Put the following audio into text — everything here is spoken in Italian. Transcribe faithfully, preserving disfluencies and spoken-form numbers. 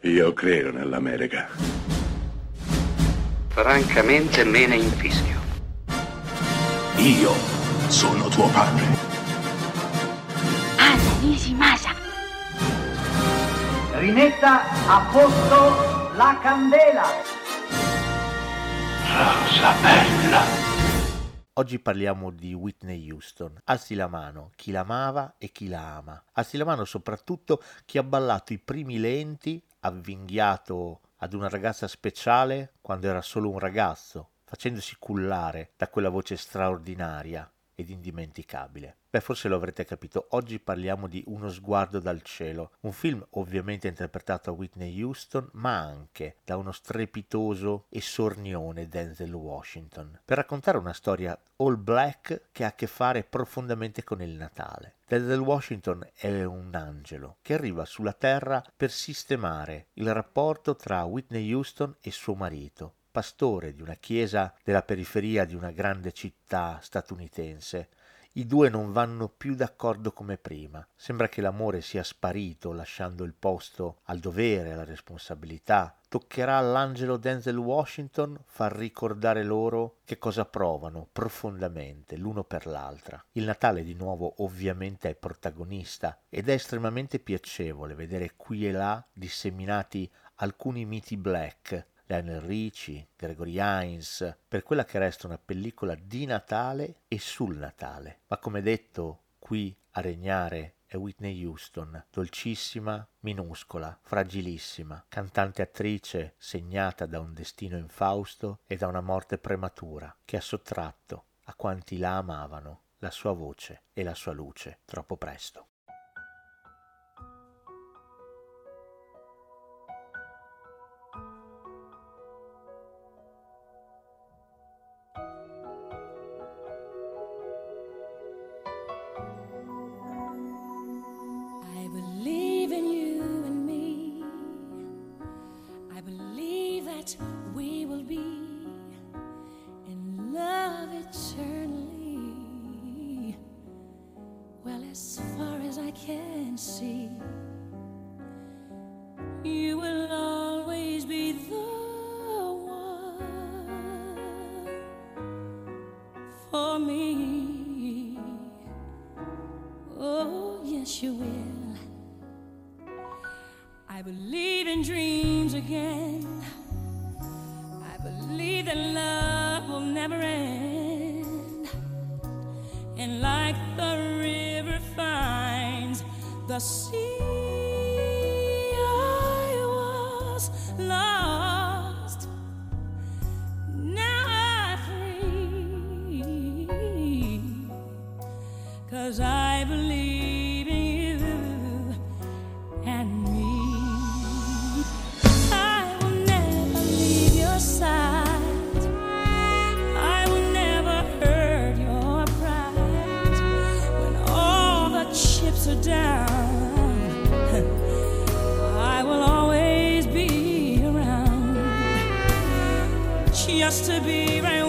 Io credo nell'America. Francamente me ne infischio. Io sono tuo padre. Anna Nishimasa. Rimetta a posto la candela. Rosa bella. Oggi parliamo di Whitney Houston. Alzi la mano chi l'amava e chi la ama. Alzi la mano soprattutto chi ha ballato i primi lenti, avvinghiato ad una ragazza speciale quando era solo un ragazzo, facendosi cullare da quella voce straordinaria ed indimenticabile. Beh, forse lo avrete capito, oggi parliamo di Uno sguardo dal cielo, un film ovviamente interpretato da Whitney Houston, ma anche da uno strepitoso e sornione Denzel Washington, per raccontare una storia all black che ha a che fare profondamente con il Natale. Denzel Washington è un angelo che arriva sulla terra per sistemare il rapporto tra Whitney Houston e suo marito, pastore di una chiesa della periferia di una grande città statunitense. I due non vanno più d'accordo come prima. Sembra che l'amore sia sparito, lasciando il posto al dovere, alla responsabilità. Toccherà all'angelo Denzel Washington far ricordare loro che cosa provano profondamente l'uno per l'altra. Il Natale di nuovo ovviamente è protagonista ed è estremamente piacevole vedere qui e là disseminati alcuni miti black, Lionel Richie, Gregory Hines, per quella che resta una pellicola di Natale e sul Natale. Ma come detto, qui a regnare è Whitney Houston, dolcissima, minuscola, fragilissima, cantante attrice segnata da un destino infausto e da una morte prematura che ha sottratto a quanti la amavano la sua voce e la sua luce troppo presto. We will be in love eternally. Well, as far as I can see, you will always be the one for me. Oh, yes, you will. I believe in dreams again. Believe that love will never end, and like the river finds the sea, I was lost, now I'm free, 'cause I believe in you and me. I will never leave your side. Down, I will always be around, just to be right